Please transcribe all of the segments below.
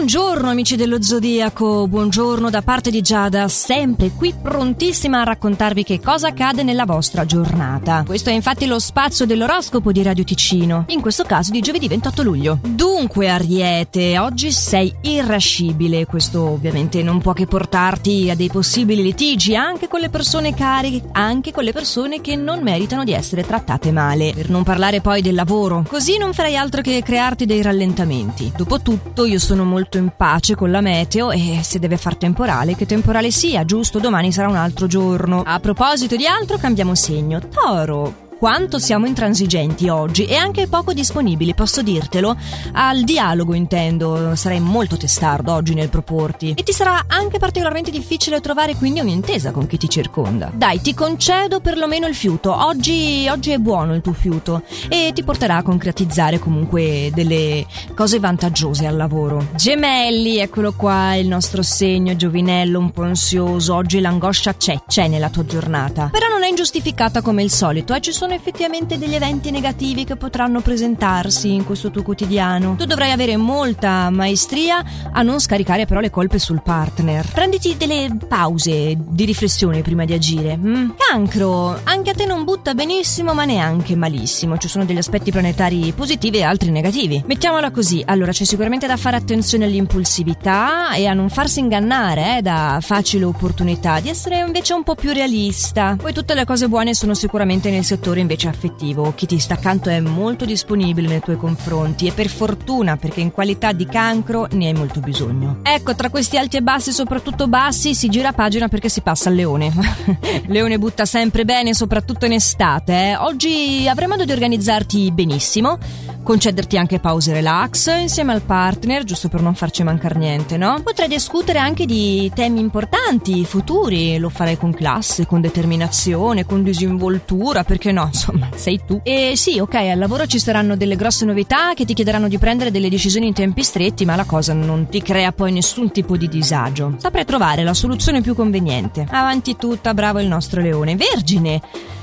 Buongiorno amici dello Zodiaco, buongiorno da parte di Giada, sempre qui prontissima a raccontarvi che cosa accade nella vostra giornata. Questo è infatti lo spazio dell'oroscopo di Radio Ticino, in questo caso di giovedì 28 luglio. Dunque Ariete, oggi sei irascibile, questo ovviamente non può che portarti a dei possibili litigi anche con le persone care, anche con le persone che non meritano di essere trattate male. Per non parlare poi del lavoro, così non farai altro che crearti dei rallentamenti. Dopotutto io sono molto in pace con la meteo e se deve far temporale, che temporale sia, giusto? Domani sarà un altro giorno. A proposito di altro, cambiamo segno. Toro. Quanto siamo intransigenti oggi e anche poco disponibili, posso dirtelo, al dialogo intendo, sarai molto testardo oggi nel proporti e ti sarà anche particolarmente difficile trovare quindi un'intesa con chi ti circonda. Dai, ti concedo perlomeno il fiuto, oggi è buono il tuo fiuto e ti porterà a concretizzare comunque delle cose vantaggiose al lavoro. Gemelli, eccolo qua, il nostro segno giovinello un po' ansioso, oggi l'angoscia c'è nella tua giornata, però non è ingiustificata come il solito, ci sono effettivamente degli eventi negativi che potranno presentarsi in questo tuo quotidiano. Tu dovrai avere molta maestria a non scaricare però le colpe sul partner. Prenditi delle pause di riflessione prima di agire. Cancro, anche a te non butta benissimo ma neanche malissimo, ci sono degli aspetti planetari positivi e altri negativi. Mettiamola così, allora c'è sicuramente da fare attenzione all'impulsività e a non farsi ingannare da facili opportunità, di essere invece un po' più realista. Poi tutte le cose buone sono sicuramente nel settore invece affettivo, chi ti sta accanto è molto disponibile nei tuoi confronti e per fortuna, perché in qualità di Cancro ne hai molto bisogno. Ecco, tra questi alti e bassi, soprattutto bassi, si gira pagina perché si passa al Leone. Leone butta sempre bene, soprattutto in estate. Oggi avrai modo di organizzarti benissimo, concederti anche pause relax insieme al partner, giusto per non farci mancare niente, no? Potrai discutere anche di temi importanti, futuri, lo farai con classe, con determinazione, con disinvoltura, perché no, insomma, sei tu. E sì, ok, al lavoro ci saranno delle grosse novità che ti chiederanno di prendere delle decisioni in tempi stretti, ma la cosa non ti crea poi nessun tipo di disagio. Saprai trovare la soluzione più conveniente. Avanti tutta, bravo il nostro Leone. Vergine,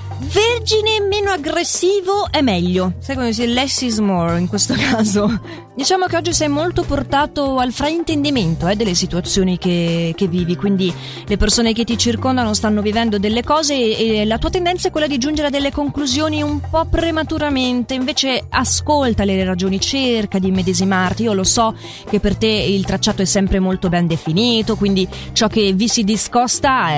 meno aggressivo è meglio. Sai come si dice, less is more in questo caso. Diciamo che oggi sei molto portato al fraintendimento delle situazioni che vivi, quindi le persone che ti circondano stanno vivendo delle cose e la tua tendenza è quella di giungere a delle conclusioni un po' prematuramente. Invece ascolta le ragioni, cerca di immedesimarti. Io lo so che per te il tracciato è sempre molto ben definito, quindi ciò che vi si discosta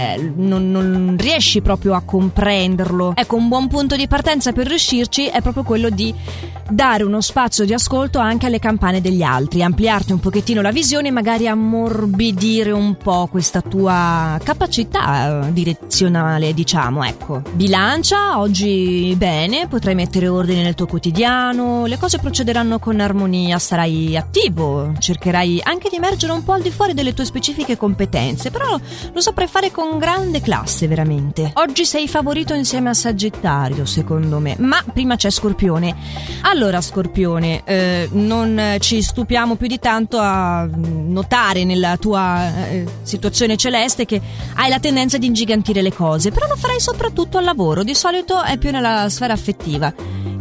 non riesci proprio a comprenderlo. Ecco, un buon punto di partenza per riuscirci è proprio quello di dare uno spazio di ascolto anche alle campane degli altri, ampliarti un pochettino la visione e magari ammorbidire un po' questa tua capacità direzionale, diciamo, ecco. Bilancia, oggi bene, potrai mettere ordine nel tuo quotidiano, le cose procederanno con armonia, sarai attivo, cercherai anche di emergere un po' al di fuori delle tue specifiche competenze, però lo saprai fare con grande classe, veramente. Oggi sei favorito insieme a Sagittario, secondo me, ma prima c'è Scorpione. Allora Scorpione, non ci stupiamo più di tanto a notare nella tua situazione celeste che hai la tendenza di ingigantire le cose, però lo farai soprattutto al lavoro, di solito è più nella sfera affettiva.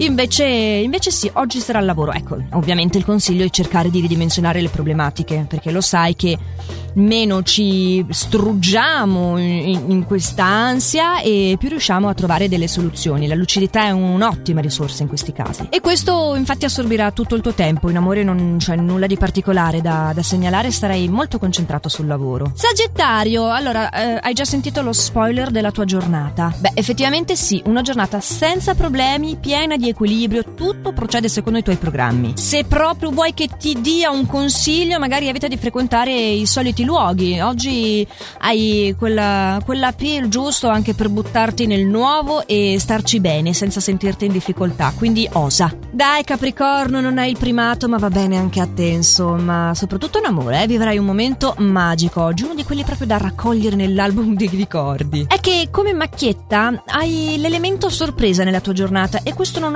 Invece sì, oggi sarà al lavoro. Ecco, ovviamente il consiglio è cercare di ridimensionare le problematiche, perché lo sai che meno ci struggiamo in questa ansia e più riusciamo a trovare delle soluzioni. La lucidità è un'ottima risorsa in questi casi e questo infatti assorbirà tutto il tuo tempo. In amore non c'è nulla di particolare da segnalare, starai molto concentrato sul lavoro. Sagittario, allora hai già sentito lo spoiler della tua giornata? Beh, effettivamente sì, una giornata senza problemi, piena di equilibrio, tutto procede secondo i tuoi programmi. Se proprio vuoi che ti dia un consiglio, magari evita di frequentare i soliti luoghi. Oggi hai quell'appeal giusto anche per buttarti nel nuovo e starci bene senza sentirti in difficoltà, quindi osa. Dai Capricorno, non hai il primato ma va bene anche a te, insomma, soprattutto in amore, vivrai un momento magico oggi, uno di quelli proprio da raccogliere nell'album dei ricordi. È che come macchietta hai l'elemento sorpresa nella tua giornata e questo non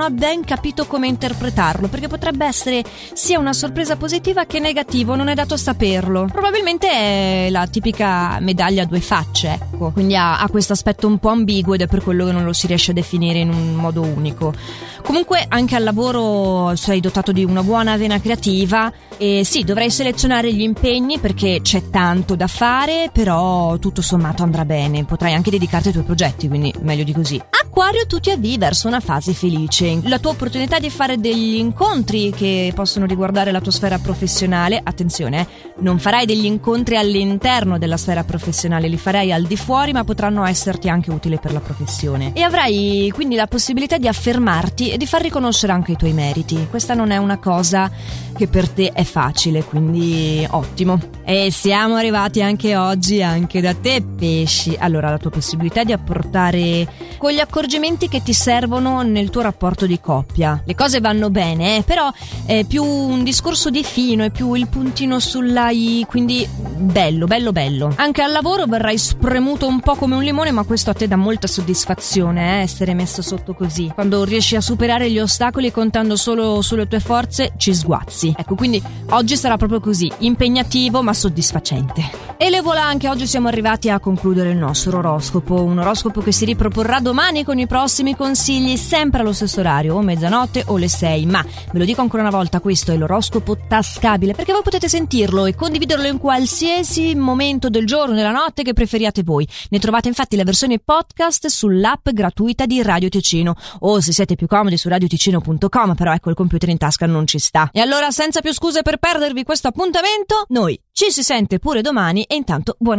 ho ben capito come interpretarlo, perché potrebbe essere sia una sorpresa positiva che negativa, non è dato saperlo. Probabilmente è la tipica medaglia a due facce, ecco, quindi ha questo aspetto un po' ambiguo ed è per quello che non lo si riesce a definire in un modo unico. Comunque anche al lavoro sei dotato di una buona vena creativa e sì, dovrai selezionare gli impegni perché c'è tanto da fare, però tutto sommato andrà bene, potrai anche dedicarti ai tuoi progetti, quindi meglio di così. Acquario, tu ti avvii verso una fase felice, la tua opportunità di fare degli incontri che possono riguardare la tua sfera professionale. Attenzione, non farai degli incontri all'interno della sfera professionale, li farai al di fuori, ma potranno esserti anche utili per la professione e avrai quindi la possibilità di affermarti e di far riconoscere anche i tuoi meriti. Questa non è una cosa che per te è facile, quindi ottimo. E siamo arrivati anche oggi anche da te, pesci. Allora, la tua possibilità di apportare quegli accorgimenti che ti servono nel tuo rapporto di coppia. Le cose vanno bene, però è più un discorso di fino, è più il puntino sulla i, quindi bello. Anche al lavoro verrai spremuto un po' come un limone, ma questo a te dà molta soddisfazione, essere messo sotto così. Quando riesci a superare gli ostacoli contando solo sulle tue forze, ci sguazzi. Ecco, quindi oggi sarà proprio così, impegnativo ma soddisfacente. E le voilà, anche oggi siamo arrivati a concludere il nostro oroscopo, un oroscopo che si riproporrà domani con i prossimi consigli, sempre allo stesso orario, o mezzanotte o le 6, ma ve lo dico ancora una volta, questo è l'oroscopo tascabile, perché voi potete sentirlo e condividerlo in qualsiasi momento del giorno, della notte che preferiate voi. Ne trovate infatti la versione podcast sull'app gratuita di Radio Ticino, o se siete più comodi su radioticino.com, però ecco, il computer in tasca non ci sta. E allora, senza più scuse per perdervi questo appuntamento, noi ci si sente pure domani e intanto buona